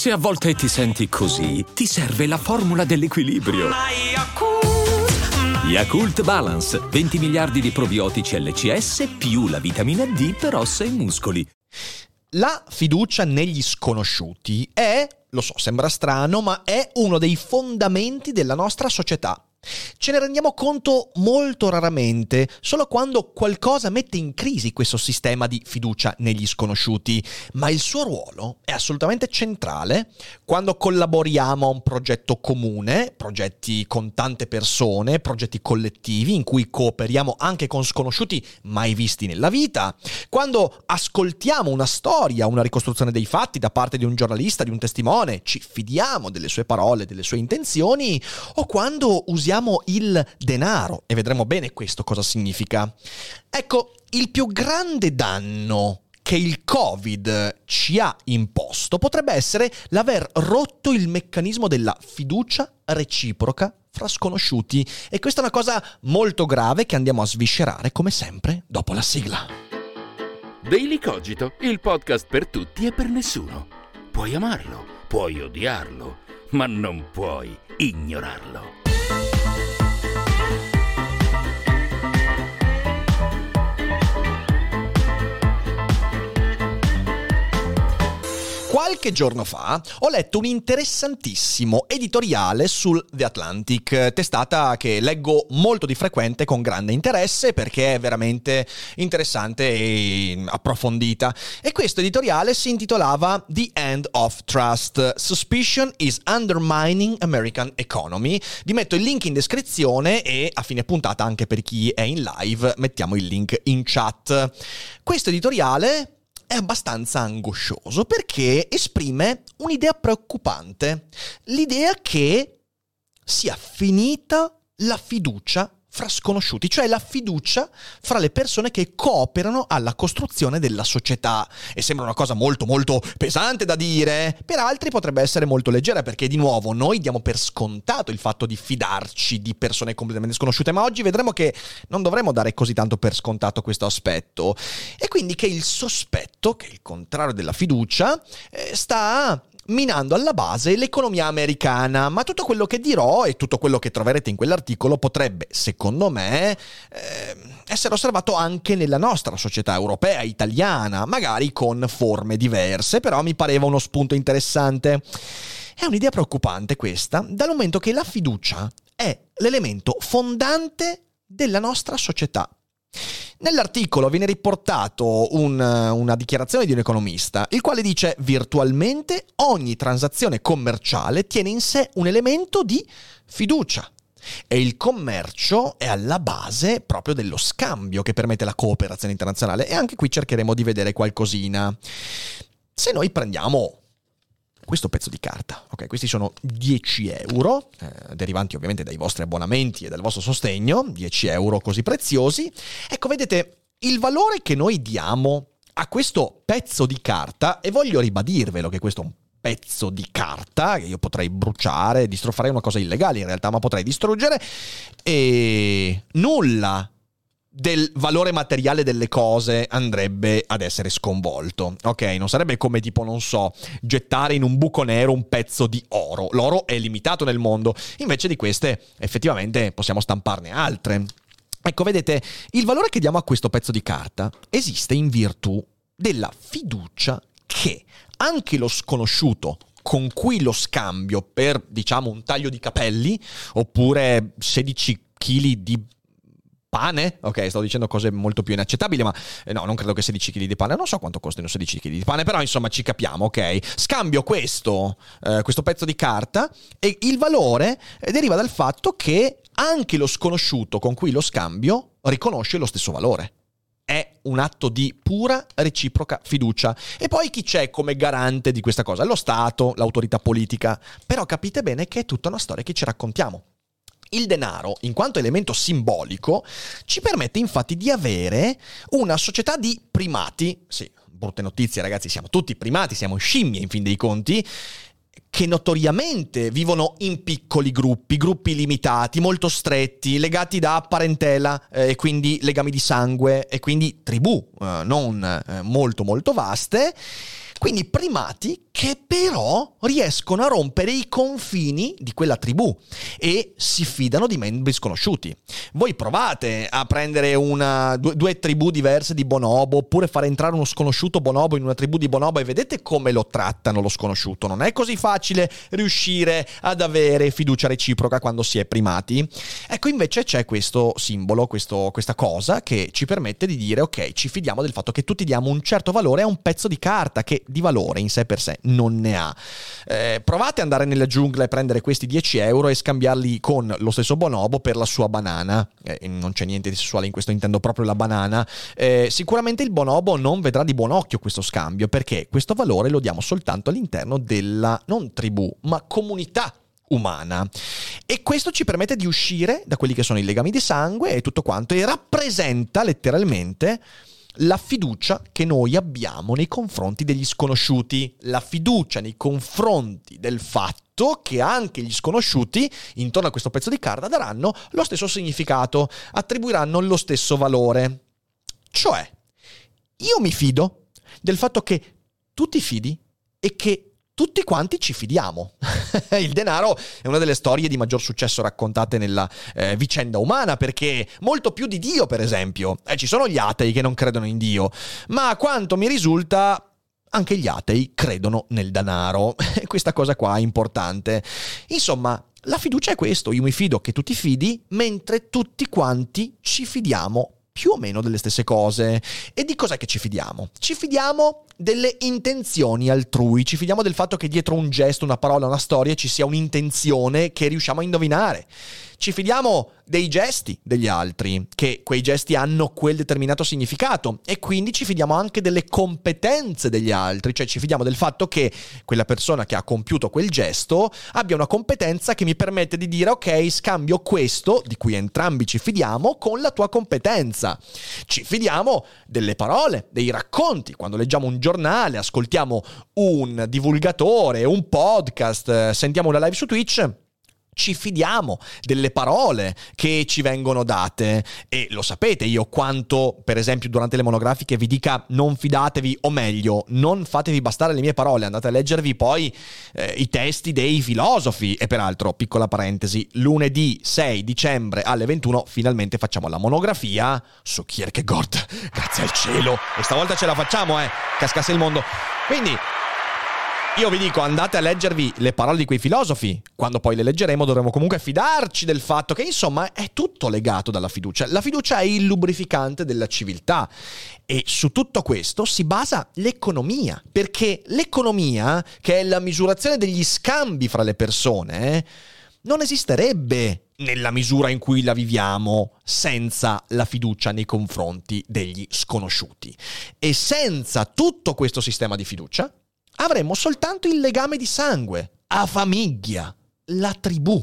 Se a volte ti senti così, ti serve la formula dell'equilibrio. Yakult Balance, 20 miliardi di probiotici LCS più la vitamina D per ossa e muscoli. La fiducia negli sconosciuti è, lo so, sembra strano, ma è uno dei fondamenti della nostra società. Ce ne rendiamo conto molto raramente, solo quando qualcosa mette in crisi questo sistema di fiducia negli sconosciuti, ma il suo ruolo è assolutamente centrale quando collaboriamo a un progetto comune, progetti con tante persone, progetti collettivi in cui cooperiamo anche con sconosciuti mai visti nella vita, quando ascoltiamo una storia, una ricostruzione dei fatti da parte di un giornalista, di un testimone, ci fidiamo delle sue parole, delle sue intenzioni, o quando usiamo il denaro, e vedremo bene questo cosa significa. Ecco, il più grande danno che il Covid ci ha imposto potrebbe essere l'aver rotto il meccanismo della fiducia reciproca fra sconosciuti, e questa è una cosa molto grave che andiamo a sviscerare come sempre dopo la sigla. Daily Cogito, il podcast per tutti e per nessuno. Puoi amarlo, puoi odiarlo, ma non puoi ignorarlo. Qualche giorno fa ho letto un interessantissimo editoriale sul The Atlantic, testata che leggo molto di frequente con grande interesse perché è veramente interessante e approfondita. E questo editoriale si intitolava The End of Trust. Suspicion is undermining American economy. Vi metto il link in descrizione e a fine puntata, anche per chi è in live, mettiamo il link in chat. Questo editoriale è abbastanza angoscioso perché esprime un'idea preoccupante, l'idea che sia finita la fiducia fra sconosciuti, cioè la fiducia fra le persone che cooperano alla costruzione della società. E sembra una cosa molto molto pesante da dire, per altri potrebbe essere molto leggera, perché di nuovo noi diamo per scontato il fatto di fidarci di persone completamente sconosciute, ma oggi vedremo che non dovremmo dare così tanto per scontato questo aspetto, e quindi che il sospetto, che è il contrario della fiducia, sta minando alla base l'economia americana. Ma tutto quello che dirò e tutto quello che troverete in quell'articolo potrebbe, secondo me, essere osservato anche nella nostra società europea, italiana, magari con forme diverse, però mi pareva uno spunto interessante. È un'idea preoccupante questa, dal momento che la fiducia è l'elemento fondante della nostra società. Nell'articolo viene riportato una dichiarazione di un economista, il quale dice: virtualmente ogni transazione commerciale tiene in sé un elemento di fiducia, e il commercio è alla base proprio dello scambio che permette la cooperazione internazionale, e anche qui cercheremo di vedere qualcosina. Se noi prendiamo questo pezzo di carta, ok, questi sono 10 euro, derivanti ovviamente dai vostri abbonamenti e dal vostro sostegno, 10 euro così preziosi. Ecco, vedete, il valore che noi diamo a questo pezzo di carta, e voglio ribadirvelo che questo è un pezzo di carta che io potrei bruciare, farei una cosa illegale in realtà, ma potrei distruggere, e nulla del valore materiale delle cose andrebbe ad essere sconvolto, ok? Non sarebbe come, tipo, non so, gettare in un buco nero un pezzo di oro. L'oro è limitato nel mondo, invece di queste effettivamente possiamo stamparne altre. Ecco, vedete, il valore che diamo a questo pezzo di carta esiste in virtù della fiducia che anche lo sconosciuto con cui lo scambio per, diciamo, un taglio di capelli oppure 16 kg di pane, ok, sto dicendo cose molto più inaccettabili, ma no, non credo che 16 kg di pane, non so quanto costino 16 kg di pane, però insomma ci capiamo, ok? Scambio questo pezzo di carta, e il valore deriva dal fatto che anche lo sconosciuto con cui lo scambio riconosce lo stesso valore. È un atto di pura reciproca fiducia. E poi chi c'è come garante di questa cosa? Lo Stato, l'autorità politica. Però capite bene che è tutta una storia che ci raccontiamo. Il denaro, in quanto elemento simbolico, ci permette infatti di avere una società di primati. Sì, brutte notizie ragazzi, siamo tutti primati, siamo scimmie in fin dei conti, che notoriamente vivono in piccoli gruppi limitati, molto stretti, legati da parentela e quindi legami di sangue e quindi tribù non molto molto vaste. Quindi primati che però riescono a rompere i confini di quella tribù e si fidano di membri sconosciuti. Voi provate a prendere due tribù diverse di bonobo, oppure fare entrare uno sconosciuto bonobo in una tribù di bonobo e vedete come lo trattano lo sconosciuto. Non è così facile riuscire ad avere fiducia reciproca quando si è primati. Ecco, invece c'è questo simbolo, questa cosa che ci permette di dire ok, ci fidiamo del fatto che tutti diamo un certo valore a un pezzo di carta che di valore in sé per sé non ne ha. Provate ad andare nella giungla e prendere questi 10 euro e scambiarli con lo stesso bonobo per la sua banana. Non c'è niente di sessuale in questo, intendo proprio la banana. Sicuramente il bonobo non vedrà di buon occhio questo scambio, perché questo valore lo diamo soltanto all'interno della non tribù, ma comunità umana. E questo ci permette di uscire da quelli che sono i legami di sangue e tutto quanto, e rappresenta letteralmente la fiducia che noi abbiamo nei confronti degli sconosciuti, la fiducia nei confronti del fatto che anche gli sconosciuti intorno a questo pezzo di carta daranno lo stesso significato, attribuiranno lo stesso valore. Cioè, io mi fido del fatto che tu ti fidi e che tutti quanti ci fidiamo. Il denaro è una delle storie di maggior successo raccontate nella vicenda umana, perché molto più di Dio, per esempio. Ci sono gli atei che non credono in Dio, ma a quanto mi risulta anche gli atei credono nel denaro. Questa cosa qua è importante. Insomma, la fiducia è questo. Io mi fido che tu ti fidi, mentre tutti quanti ci fidiamo più o meno delle stesse cose. E di cos'è che ci fidiamo? Ci fidiamo delle intenzioni altrui, ci fidiamo del fatto che dietro un gesto, una parola, una storia ci sia un'intenzione che riusciamo a indovinare. Ci fidiamo dei gesti degli altri, che quei gesti hanno quel determinato significato, e quindi ci fidiamo anche delle competenze degli altri, cioè ci fidiamo del fatto che quella persona che ha compiuto quel gesto abbia una competenza che mi permette di dire ok, scambio questo, di cui entrambi ci fidiamo, con la tua competenza. Ci fidiamo delle parole, dei racconti, quando leggiamo un giornale, ascoltiamo un divulgatore, un podcast, sentiamo una live su Twitch, ci fidiamo delle parole che ci vengono date. E lo sapete io quanto, per esempio, durante le monografiche vi dica non fidatevi, o meglio, non fatevi bastare le mie parole, andate a leggervi poi i testi dei filosofi. E peraltro, piccola parentesi, lunedì 6 dicembre alle 21 finalmente facciamo la monografia su Kierkegaard, grazie al cielo, e stavolta ce la facciamo, cascasse il mondo. Quindi io vi dico, andate a leggervi le parole di quei filosofi. Quando poi le leggeremo dovremo comunque fidarci del fatto che, insomma, è tutto legato dalla fiducia. La fiducia è il lubrificante della civiltà, e su tutto questo si basa l'economia, perché l'economia, che è la misurazione degli scambi fra le persone, non esisterebbe nella misura in cui la viviamo senza la fiducia nei confronti degli sconosciuti. E senza tutto questo sistema di fiducia avremmo soltanto il legame di sangue, a famiglia, la tribù.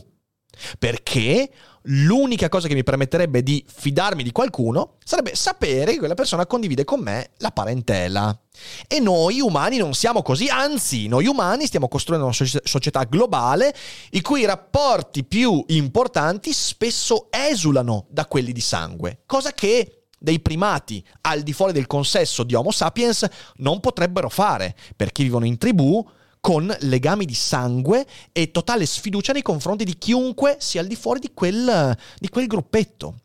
Perché l'unica cosa che mi permetterebbe di fidarmi di qualcuno sarebbe sapere che quella persona condivide con me la parentela. E noi umani non siamo così, anzi, noi umani stiamo costruendo una società globale i cui rapporti più importanti spesso esulano da quelli di sangue, cosa che dei primati al di fuori del consesso di Homo sapiens non potrebbero fare, perché vivono in tribù con legami di sangue e totale sfiducia nei confronti di chiunque sia al di fuori di quel gruppetto.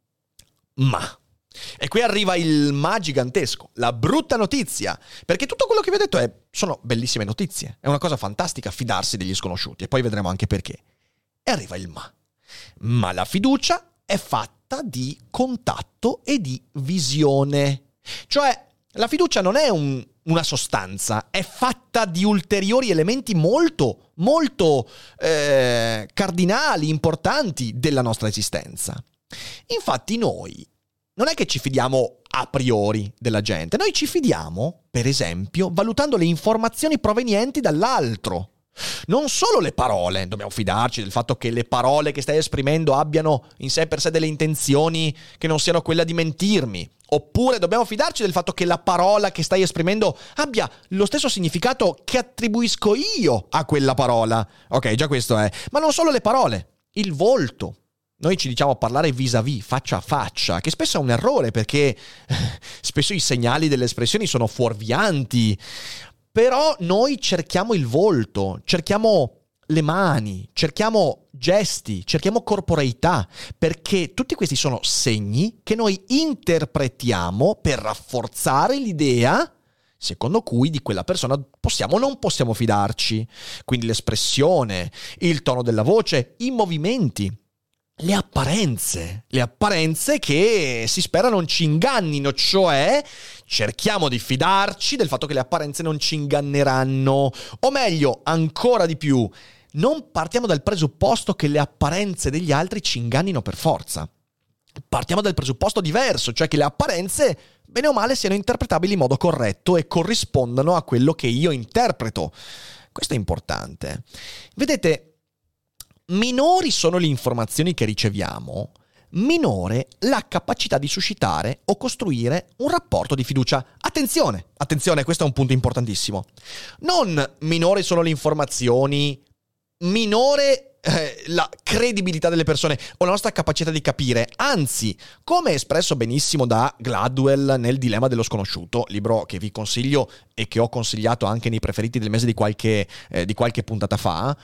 Ma, e qui arriva il ma gigantesco, la brutta notizia, perché tutto quello che vi ho detto sono bellissime notizie, è una cosa fantastica fidarsi degli sconosciuti, e poi vedremo anche perché. E arriva il ma. Ma la fiducia è fatta di contatto e di visione. Cioè, la fiducia non è una sostanza, è fatta di ulteriori elementi molto, molto cardinali, importanti della nostra esistenza. Infatti noi non è che ci fidiamo a priori della gente, noi ci fidiamo, per esempio, valutando le informazioni provenienti dall'altro. Non solo le parole, dobbiamo fidarci del fatto che le parole che stai esprimendo abbiano in sé per sé delle intenzioni che non siano quella di mentirmi, oppure dobbiamo fidarci del fatto che la parola che stai esprimendo abbia lo stesso significato che attribuisco io a quella parola. Ok, già questo è. Ma non solo le parole, il volto. Noi ci diciamo parlare vis-à-vis, faccia a faccia, che spesso è un errore perché spesso i segnali delle espressioni sono fuorvianti. Però noi cerchiamo il volto, cerchiamo le mani, cerchiamo gesti, cerchiamo corporeità, perché tutti questi sono segni che noi interpretiamo per rafforzare l'idea secondo cui di quella persona possiamo o non possiamo fidarci. Quindi l'espressione, il tono della voce, i movimenti, le apparenze che si spera non ci ingannino, cioè cerchiamo di fidarci del fatto che le apparenze non ci inganneranno, o meglio, ancora di più, non partiamo dal presupposto che le apparenze degli altri ci ingannino per forza. Partiamo dal presupposto diverso, cioè che le apparenze, bene o male, siano interpretabili in modo corretto e corrispondano a quello che io interpreto. Questo è importante. Vedete, minori sono le informazioni che riceviamo, minore la capacità di suscitare o costruire un rapporto di fiducia. Attenzione, questo è un punto importantissimo. Non minori sono le informazioni, minore la credibilità delle persone o la nostra capacità di capire. Anzi, come espresso benissimo da Gladwell nel Dilemma dello sconosciuto, libro che vi consiglio e che ho consigliato anche nei preferiti del mese di qualche puntata fa,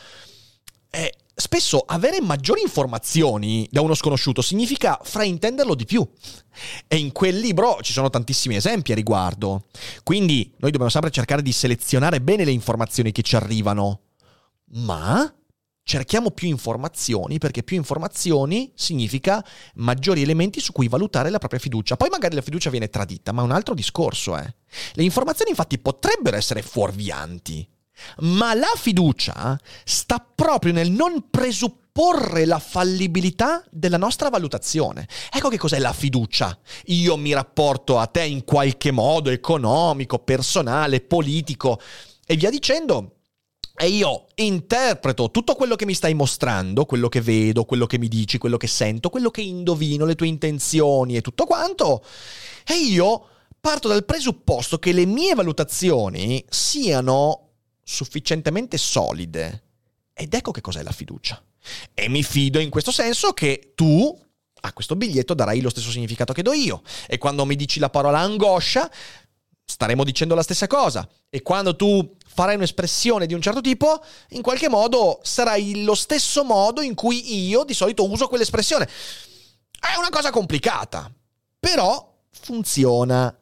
spesso avere maggiori informazioni da uno sconosciuto significa fraintenderlo di più. E in quel libro ci sono tantissimi esempi a riguardo. Quindi noi dobbiamo sempre cercare di selezionare bene le informazioni che ci arrivano. Ma cerchiamo più informazioni, perché più informazioni significa maggiori elementi su cui valutare la propria fiducia. Poi magari la fiducia viene tradita, ma è un altro discorso, Le informazioni infatti potrebbero essere fuorvianti, ma la fiducia sta proprio nel non presupporre la fallibilità della nostra valutazione. Ecco che cos'è la fiducia. Io mi rapporto a te in qualche modo economico, personale, politico e via dicendo, e io interpreto tutto quello che mi stai mostrando, quello che vedo, quello che mi dici, quello che sento, quello che indovino, le tue intenzioni e tutto quanto, e io parto dal presupposto che le mie valutazioni siano sufficientemente solide. Ed ecco che cos'è la fiducia. E mi fido in questo senso che tu a questo biglietto darai lo stesso significato che do io. E quando mi dici la parola angoscia, staremo dicendo la stessa cosa. E quando tu farai un'espressione di un certo tipo, in qualche modo sarai lo stesso modo in cui io di solito uso quell'espressione. È una cosa complicata, però funziona.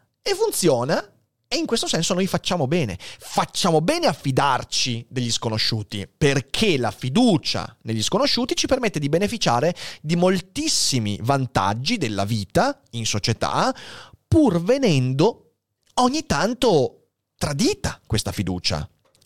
E in questo senso noi facciamo bene a fidarci degli sconosciuti, perché la fiducia negli sconosciuti ci permette di beneficiare di moltissimi vantaggi della vita in società, pur venendo ogni tanto tradita questa fiducia.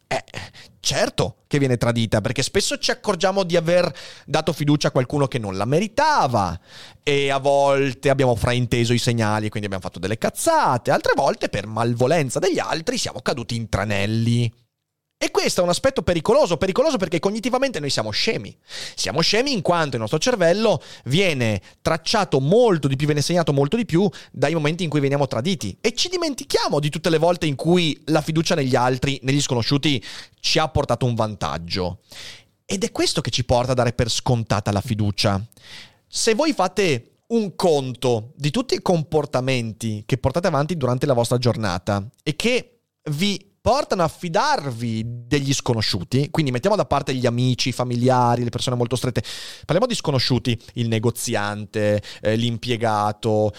Certo che viene tradita, perché spesso ci accorgiamo di aver dato fiducia a qualcuno che non la meritava e a volte abbiamo frainteso i segnali e quindi abbiamo fatto delle cazzate, altre volte per malvolenza degli altri siamo caduti in tranelli. E questo è un aspetto pericoloso perché cognitivamente noi siamo scemi. Siamo scemi in quanto il nostro cervello viene tracciato molto di più, viene segnato molto di più dai momenti in cui veniamo traditi. E ci dimentichiamo di tutte le volte in cui la fiducia negli altri, negli sconosciuti, ci ha portato un vantaggio. Ed è questo che ci porta a dare per scontata la fiducia. Se voi fate un conto di tutti i comportamenti che portate avanti durante la vostra giornata e che vi portano a fidarvi degli sconosciuti, quindi mettiamo da parte gli amici, i familiari, le persone molto strette, parliamo di sconosciuti, il negoziante, l'impiegato,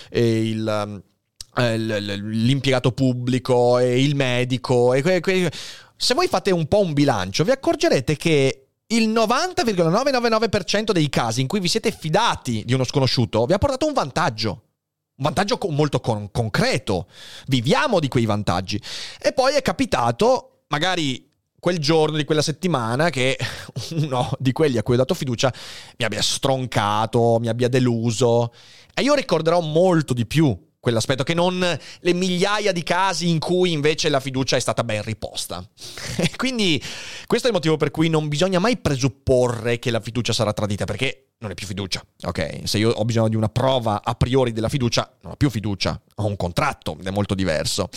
l'impiegato pubblico, il medico, se voi fate un po' un bilancio vi accorgerete che il 90,999% dei casi in cui vi siete fidati di uno sconosciuto vi ha portato un vantaggio molto concreto. Viviamo di quei vantaggi. E poi è capitato, magari quel giorno di quella settimana, che uno di quelli a cui ho dato fiducia mi abbia stroncato, mi abbia deluso. E io ricorderò molto di più quell'aspetto che non le migliaia di casi in cui invece la fiducia è stata ben riposta. E quindi questo è il motivo per cui non bisogna mai presupporre che la fiducia sarà tradita, perché non è più fiducia, ok? Se io ho bisogno di una prova a priori della fiducia, non ho più fiducia, ho un contratto ed è molto diverso.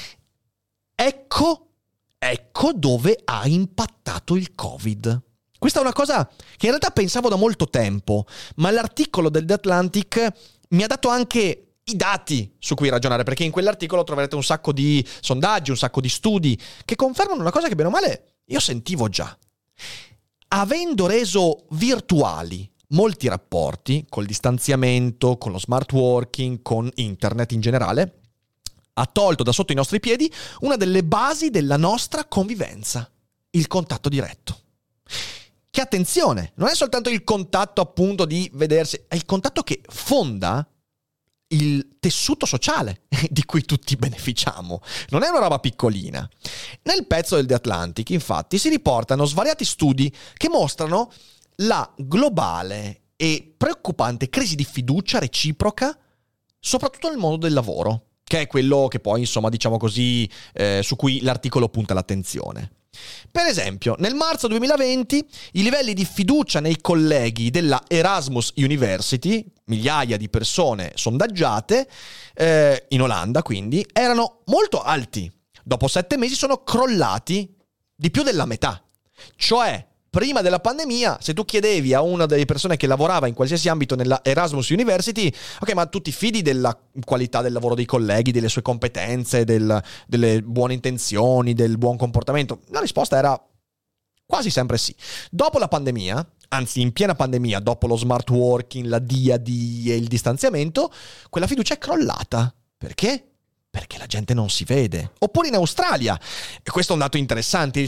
Ecco dove ha impattato il Covid. Questa è una cosa che in realtà pensavo da molto tempo, ma l'articolo del The Atlantic mi ha dato anche i dati su cui ragionare, perché in quell'articolo troverete un sacco di sondaggi, un sacco di studi che confermano una cosa che bene o male io sentivo già. Avendo reso virtuali molti rapporti, col distanziamento, con lo smart working, con internet in generale, ha tolto da sotto i nostri piedi una delle basi della nostra convivenza, il contatto diretto. Che attenzione, non è soltanto il contatto appunto di vedersi, è il contatto che fonda il tessuto sociale di cui tutti beneficiamo. Non è una roba piccolina. Nel pezzo del The Atlantic, infatti, si riportano svariati studi che mostrano la globale e preoccupante crisi di fiducia reciproca, soprattutto nel mondo del lavoro, che è quello che poi, insomma, diciamo così, su cui l'articolo punta l'attenzione. Per esempio, nel marzo 2020 i livelli di fiducia nei colleghi della Erasmus University, migliaia di persone sondaggiate, in Olanda quindi, erano molto alti. Dopo 7 mesi sono crollati di più della metà. Cioè, prima della pandemia, se tu chiedevi a una delle persone che lavorava in qualsiasi ambito nella Erasmus University, ok, ma tu ti fidi della qualità del lavoro dei colleghi, delle sue competenze, delle buone intenzioni, del buon comportamento? La risposta era quasi sempre sì. Dopo la pandemia, anzi in piena pandemia, dopo lo smart working, la DAD e il distanziamento, quella fiducia è crollata. Perché? Perché la gente non si vede. Oppure in Australia, e questo è un dato interessante, il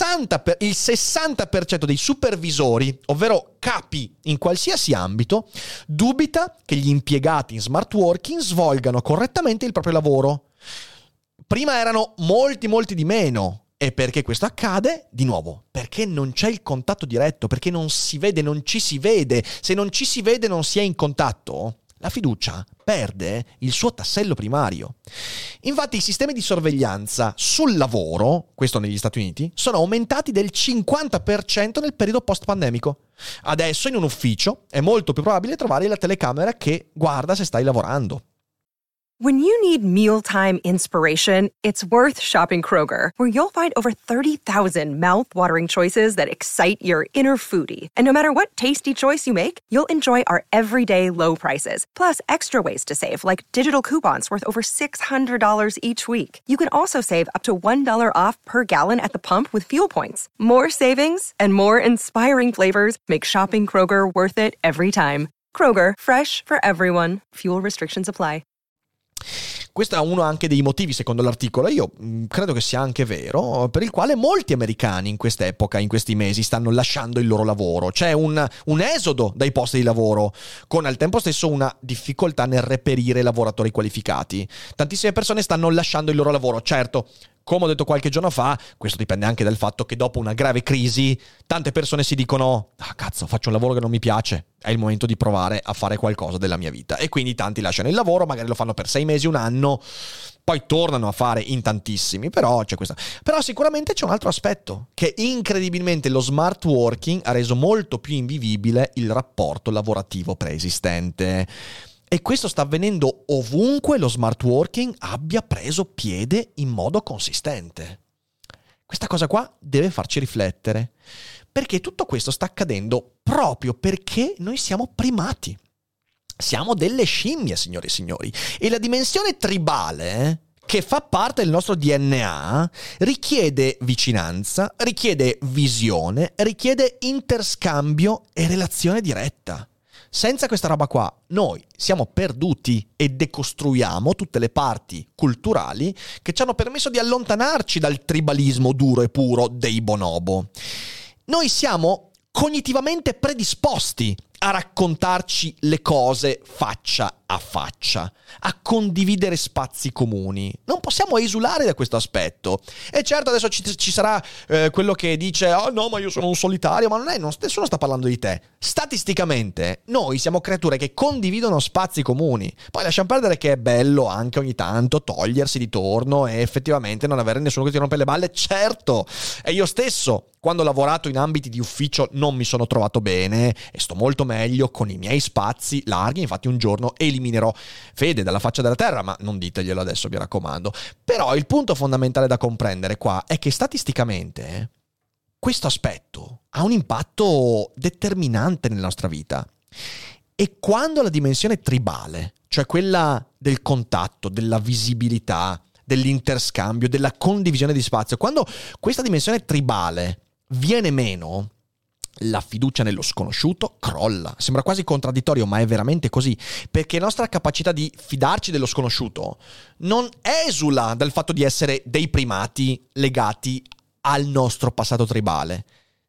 60% dei supervisori, ovvero capi in qualsiasi ambito, dubita che gli impiegati in smart working svolgano correttamente il proprio lavoro. Prima erano molti di meno. E perché questo accade? Di nuovo, perché non c'è il contatto diretto, perché non si vede, non ci si vede. Se non ci si vede, non si è in contatto, la fiducia perde il suo tassello primario. Infatti i sistemi di sorveglianza sul lavoro, questo negli Stati Uniti, sono aumentati del 50% nel periodo post-pandemico. Adesso in un ufficio è molto più probabile trovare la telecamera che guarda se stai lavorando. When you need mealtime inspiration, it's worth shopping Kroger, where you'll find over 30,000 mouth-watering choices that excite your inner foodie. And no matter what tasty choice you make, you'll enjoy our everyday low prices, plus extra ways to save, like digital coupons worth over $600 each week. You can also save up to $1 off per gallon at the pump with fuel points. More savings and more inspiring flavors make shopping Kroger worth it every time. Kroger, fresh for everyone. Fuel restrictions apply. Questo è uno anche dei motivi, secondo l'articolo, io credo che sia anche vero, per il quale molti americani in quest'epoca, in questi mesi, stanno lasciando il loro lavoro. C'è un esodo dai posti di lavoro, con al tempo stesso una difficoltà nel reperire lavoratori qualificati. Tantissime persone stanno lasciando il loro lavoro, certo. Come ho detto qualche giorno fa, questo dipende anche dal fatto che dopo una grave crisi tante persone si dicono: ah cazzo, faccio un lavoro che non mi piace, è il momento di provare a fare qualcosa della mia vita. E quindi tanti lasciano il lavoro, magari lo fanno per 6 mesi, un anno, poi tornano a fare in tantissimi, però c'è questa. Però sicuramente c'è un altro aspetto, che incredibilmente lo smart working ha reso molto più invivibile il rapporto lavorativo preesistente. E questo sta avvenendo ovunque lo smart working abbia preso piede in modo consistente. Questa cosa qua deve farci riflettere, perché tutto questo sta accadendo proprio perché noi siamo primati. Siamo delle scimmie, signore e signori. E la dimensione tribale, che fa parte del nostro DNA, richiede vicinanza, richiede visione, richiede interscambio e relazione diretta. Senza questa roba qua, noi siamo perduti e decostruiamo tutte le parti culturali che ci hanno permesso di allontanarci dal tribalismo duro e puro dei bonobo. Noi siamo cognitivamente predisposti a raccontarci le cose faccia a faccia, a condividere spazi comuni. Non possiamo esulare da questo aspetto. E certo adesso ci sarà quello che dice: oh no, ma io sono un solitario. Ma nessuno sta parlando di te. Statisticamente noi siamo creature che condividono spazi comuni. Poi lasciamo perdere che è bello anche ogni tanto togliersi di torno e effettivamente non avere nessuno che ti rompe le balle. Certo, e io stesso quando ho lavorato in ambiti di ufficio non mi sono trovato bene e sto molto meglio con i miei spazi larghi. Infatti un giorno eliminerò Fede dalla faccia della terra, ma non diteglielo adesso, mi raccomando. Però il punto fondamentale da comprendere qua è che statisticamente questo aspetto ha un impatto determinante nella nostra vita. E quando la dimensione tribale, cioè quella del contatto, della visibilità, dell'interscambio, della condivisione di spazio, quando questa dimensione tribale viene meno, la fiducia nello sconosciuto crolla. Sembra quasi contraddittorio, ma è veramente così, perché la nostra capacità di fidarci dello sconosciuto non esula dal fatto di essere dei primati legati al nostro passato tribale,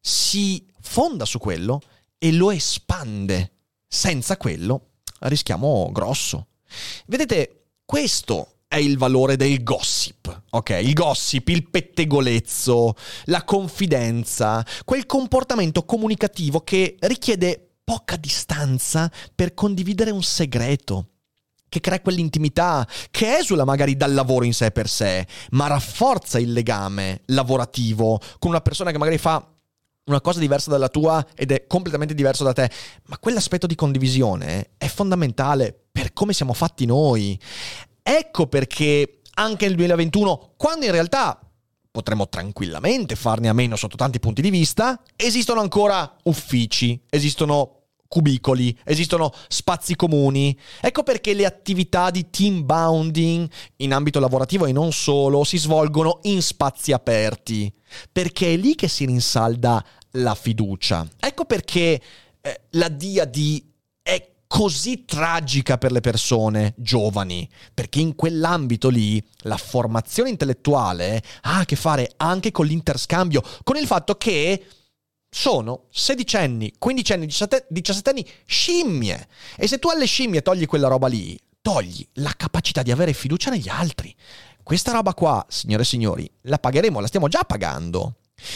si fonda su quello e lo espande. Senza quello rischiamo grosso. Vedete, questo è il valore del gossip, ok? Il gossip, il pettegolezzo, la confidenza, quel comportamento comunicativo che richiede poca distanza per condividere un segreto, che crea quell'intimità, che esula magari dal lavoro in sé per sé, ma rafforza il legame lavorativo con una persona che magari fa una cosa diversa dalla tua ed è completamente diverso da te, ma quell'aspetto di condivisione è fondamentale per come siamo fatti noi. Ecco perché anche nel 2021, quando in realtà potremmo tranquillamente farne a meno sotto tanti punti di vista, esistono ancora uffici, esistono cubicoli, esistono spazi comuni. Ecco perché le attività di team bonding in ambito lavorativo e non solo si svolgono in spazi aperti, perché è lì che si rinsalda la fiducia. Ecco perché la DAD è così tragica per le persone giovani, perché in quell'ambito lì la formazione intellettuale ha a che fare anche con l'interscambio, con il fatto che sono 16enni, 15enni, 17enni scimmie, e se tu alle scimmie togli quella roba lì, togli la capacità di avere fiducia negli altri. Questa roba qua, signore e signori, la pagheremo, la stiamo già pagando.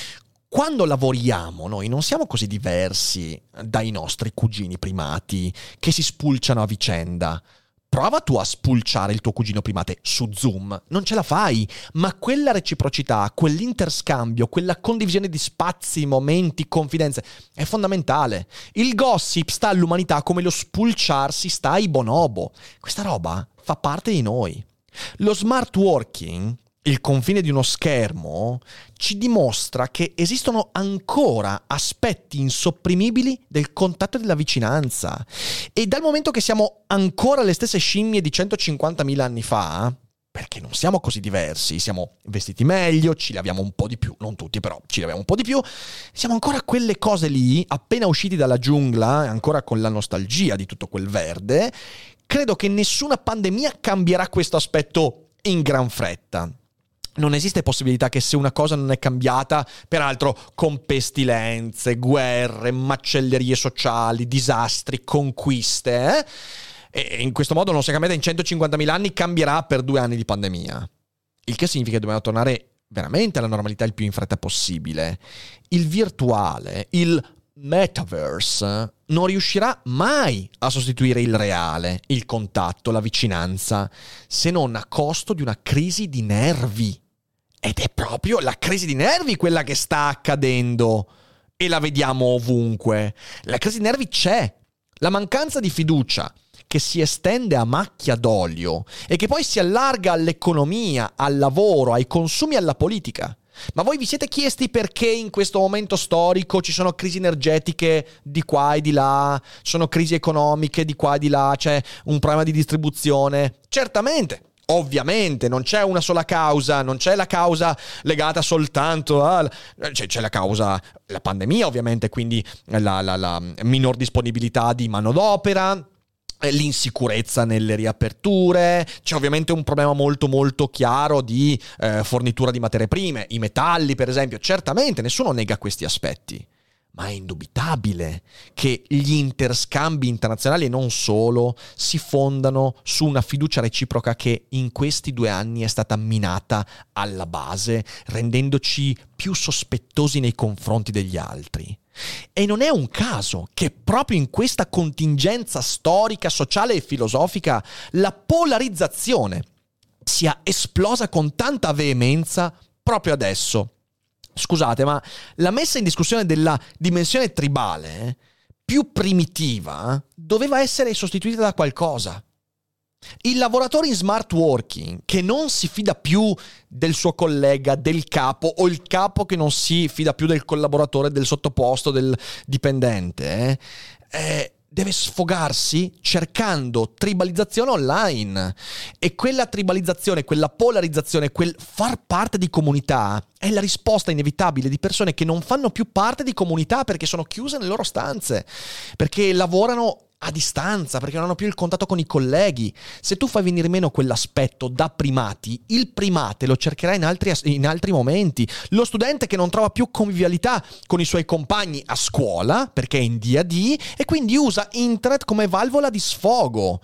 Quando lavoriamo noi non siamo così diversi dai nostri cugini primati che si spulciano a vicenda. Prova tu a spulciare il tuo cugino primate su Zoom, non ce la fai, ma quella reciprocità, quell'interscambio, quella condivisione di spazi, momenti, confidenze è fondamentale. Il gossip sta all'umanità come lo spulciarsi sta ai bonobo. Questa roba fa parte di noi. Lo smart working, il confine di uno schermo, ci dimostra che esistono ancora aspetti insopprimibili del contatto e della vicinanza. E dal momento che siamo ancora le stesse scimmie di 150.000 anni fa, perché non siamo così diversi, siamo vestiti meglio, ci laviamo un po' di più, non tutti però ci laviamo un po' di più, siamo ancora quelle cose lì, appena usciti dalla giungla, ancora con la nostalgia di tutto quel verde. Credo che nessuna pandemia cambierà questo aspetto in gran fretta. Non esiste possibilità che se una cosa non è cambiata, peraltro con pestilenze, guerre, macellerie sociali, disastri, conquiste, e in questo modo non si è cambiata in 150.000 anni, cambierà per 2 anni di pandemia. Il che significa che dobbiamo tornare veramente alla normalità il più in fretta possibile. Il virtuale, il metaverse, non riuscirà mai a sostituire il reale, il contatto, la vicinanza, se non a costo di una crisi di nervi. Ed è proprio la crisi di nervi quella che sta accadendo e la vediamo ovunque. La crisi di nervi c'è. La mancanza di fiducia che si estende a macchia d'olio e che poi si allarga all'economia, al lavoro, ai consumi e alla politica. Ma voi vi siete chiesti perché in questo momento storico ci sono crisi energetiche di qua e di là, sono crisi economiche di qua e di là, c'è un problema di distribuzione? Certamente. Ovviamente non c'è una sola causa, non c'è la causa legata soltanto c'è la causa, la pandemia ovviamente, quindi la minor disponibilità di manodopera, l'insicurezza nelle riaperture, c'è ovviamente un problema molto molto chiaro di fornitura di materie prime, i metalli per esempio, certamente nessuno nega questi aspetti. Ma è indubitabile che gli interscambi internazionali e non solo si fondano su una fiducia reciproca che in questi 2 anni è stata minata alla base, rendendoci più sospettosi nei confronti degli altri. E non è un caso che proprio in questa contingenza storica, sociale e filosofica la polarizzazione sia esplosa con tanta veemenza proprio adesso. Scusate, ma la messa in discussione della dimensione tribale più primitiva doveva essere sostituita da qualcosa. Il lavoratore in smart working che non si fida più del suo collega, del capo, o il capo che non si fida più del collaboratore, del sottoposto, del dipendente, deve sfogarsi cercando tribalizzazione online, e quella tribalizzazione, quella polarizzazione, quel far parte di comunità è la risposta inevitabile di persone che non fanno più parte di comunità perché sono chiuse nelle loro stanze, perché lavorano a distanza, perché non hanno più il contatto con i colleghi. Se tu fai venire meno quell'aspetto da primati, il primate lo cercherà in altri momenti. Lo studente che non trova più convivialità con i suoi compagni a scuola perché è in D&D e quindi usa internet come valvola di sfogo.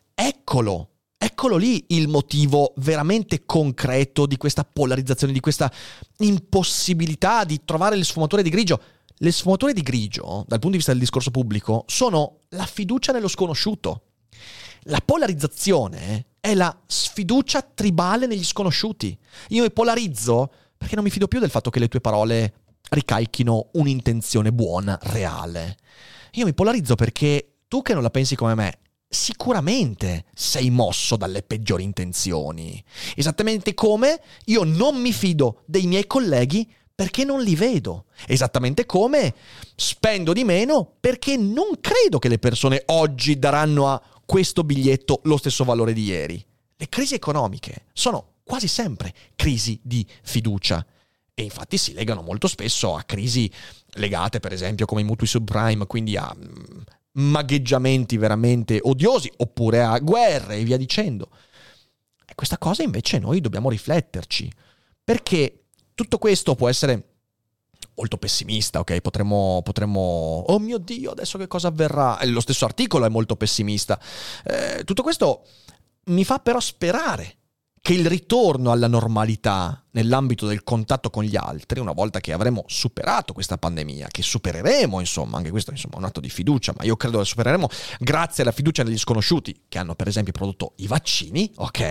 Eccolo lì il motivo veramente concreto di questa polarizzazione, di questa impossibilità di trovare le sfumature di grigio. Le sfumature di grigio, dal punto di vista del discorso pubblico, sono la fiducia nello sconosciuto. La polarizzazione è la sfiducia tribale negli sconosciuti. Io mi polarizzo perché non mi fido più del fatto che le tue parole ricalchino un'intenzione buona, reale. Io mi polarizzo perché tu che non la pensi come me, sicuramente sei mosso dalle peggiori intenzioni. Esattamente come io non mi fido dei miei colleghi perché non li vedo. Esattamente come spendo di meno perché non credo che le persone oggi daranno a questo biglietto lo stesso valore di ieri. Le crisi economiche sono quasi sempre crisi di fiducia e infatti si legano molto spesso a crisi legate, per esempio, come i mutui subprime, quindi a magheggiamenti veramente odiosi oppure a guerre e via dicendo. E questa cosa invece noi dobbiamo rifletterci, perché tutto questo può essere molto pessimista, ok? Potremmo oh mio Dio, adesso che cosa avverrà? Lo stesso articolo è molto pessimista. Tutto questo mi fa però sperare che il ritorno alla normalità nell'ambito del contatto con gli altri, una volta che avremo superato questa pandemia, che supereremo, insomma, anche questo insomma è un atto di fiducia, ma io credo che supereremo grazie alla fiducia degli sconosciuti che hanno per esempio prodotto i vaccini,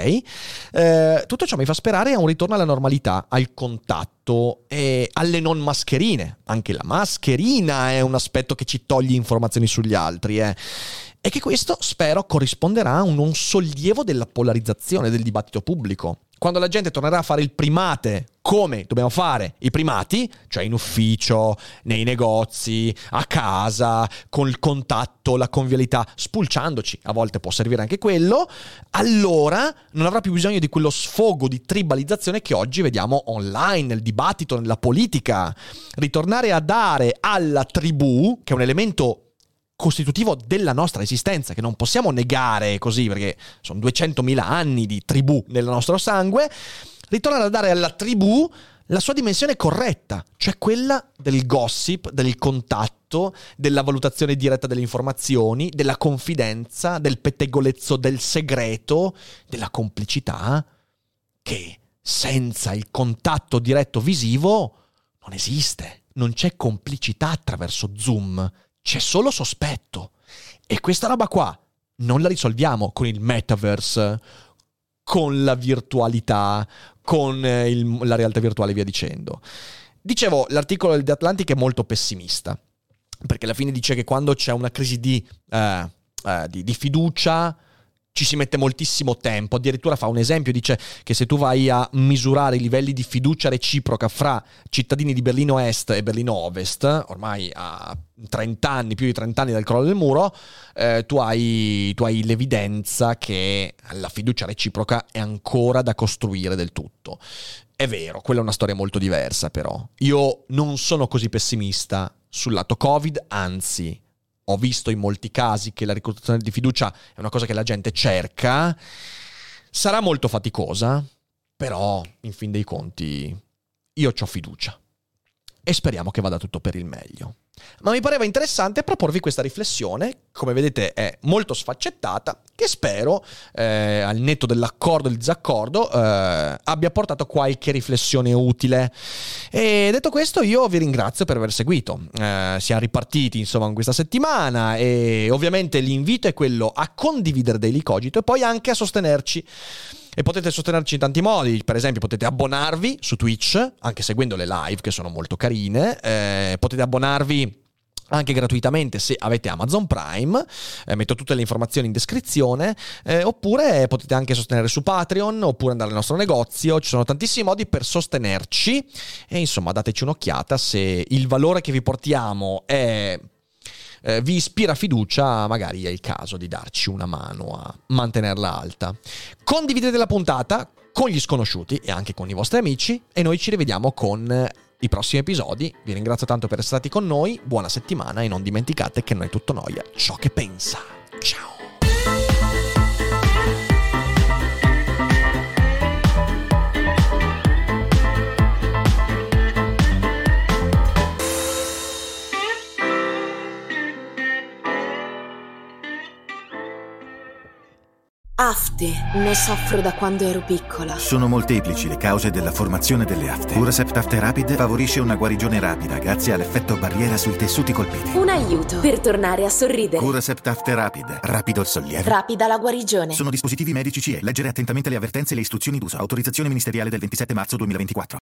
ok? Tutto ciò mi fa sperare a un ritorno alla normalità, al contatto e alle non mascherine. Anche la mascherina è un aspetto che ci toglie informazioni sugli altri, E che questo, spero, corrisponderà a un sollievo della polarizzazione del dibattito pubblico. Quando la gente tornerà a fare il primate come dobbiamo fare i primati, cioè in ufficio, nei negozi, a casa, con il contatto, la convivialità, spulciandoci, a volte può servire anche quello, allora non avrà più bisogno di quello sfogo di tribalizzazione che oggi vediamo online, nel dibattito, nella politica. Ritornare a dare alla tribù, che è un elemento costitutivo della nostra esistenza, che non possiamo negare così, perché sono 200.000 anni di tribù nel nostro sangue, ritornare a dare alla tribù la sua dimensione corretta, cioè quella del gossip, del contatto, della valutazione diretta delle informazioni, della confidenza, del pettegolezzo del segreto, della complicità, che senza il contatto diretto visivo non esiste. Non c'è complicità attraverso Zoom, c'è solo sospetto. E questa roba qua non la risolviamo con il metaverse, con la virtualità, con la realtà virtuale e via dicendo. Dicevo, l'articolo del The Atlantic è molto pessimista, perché alla fine dice che quando c'è una crisi di fiducia ci si mette moltissimo tempo. Addirittura fa un esempio, dice che se tu vai a misurare i livelli di fiducia reciproca fra cittadini di Berlino Est e Berlino Ovest, ormai a 30 anni, più di 30 anni dal crollo del muro, tu hai l'evidenza che la fiducia reciproca è ancora da costruire del tutto. È vero, quella è una storia molto diversa, però io non sono così pessimista sul lato Covid, anzi ho visto in molti casi che la ricostruzione di fiducia è una cosa che la gente cerca. Sarà molto faticosa, però in fin dei conti io c'ho fiducia e speriamo che vada tutto per il meglio. Ma mi pareva interessante proporvi questa riflessione, come vedete è molto sfaccettata, che spero, al netto dell'accordo e del disaccordo, abbia portato qualche riflessione utile. E detto questo, io vi ringrazio per aver seguito. Siamo ripartiti insomma in questa settimana e ovviamente l'invito è quello a condividere Daily Cogito e poi anche a sostenerci. E potete sostenerci in tanti modi, per esempio potete abbonarvi su Twitch, anche seguendo le live che sono molto carine, potete abbonarvi anche gratuitamente se avete Amazon Prime, metto tutte le informazioni in descrizione, oppure potete anche sostenere su Patreon, oppure andare al nostro negozio, ci sono tantissimi modi per sostenerci e insomma dateci un'occhiata se il valore che vi portiamo è vi ispira fiducia, magari è il caso di darci una mano a mantenerla alta. Condividete la puntata con gli sconosciuti e anche con i vostri amici e noi ci rivediamo con i prossimi episodi. Vi ringrazio tanto per essere stati con noi, buona settimana e non dimenticate che non è tutto noia ciò che pensa. Ciao! Afte, ne soffro da quando ero piccola. Sono molteplici le cause della formazione delle afte. Curacept Afte Rapid favorisce una guarigione rapida grazie all'effetto barriera sui tessuti colpiti. Un aiuto per tornare a sorridere. Curacept Afte Rapid, rapido il sollievo. Rapida la guarigione. Sono dispositivi medici CE. Leggere attentamente le avvertenze e le istruzioni d'uso. Autorizzazione ministeriale del 27 marzo 2024.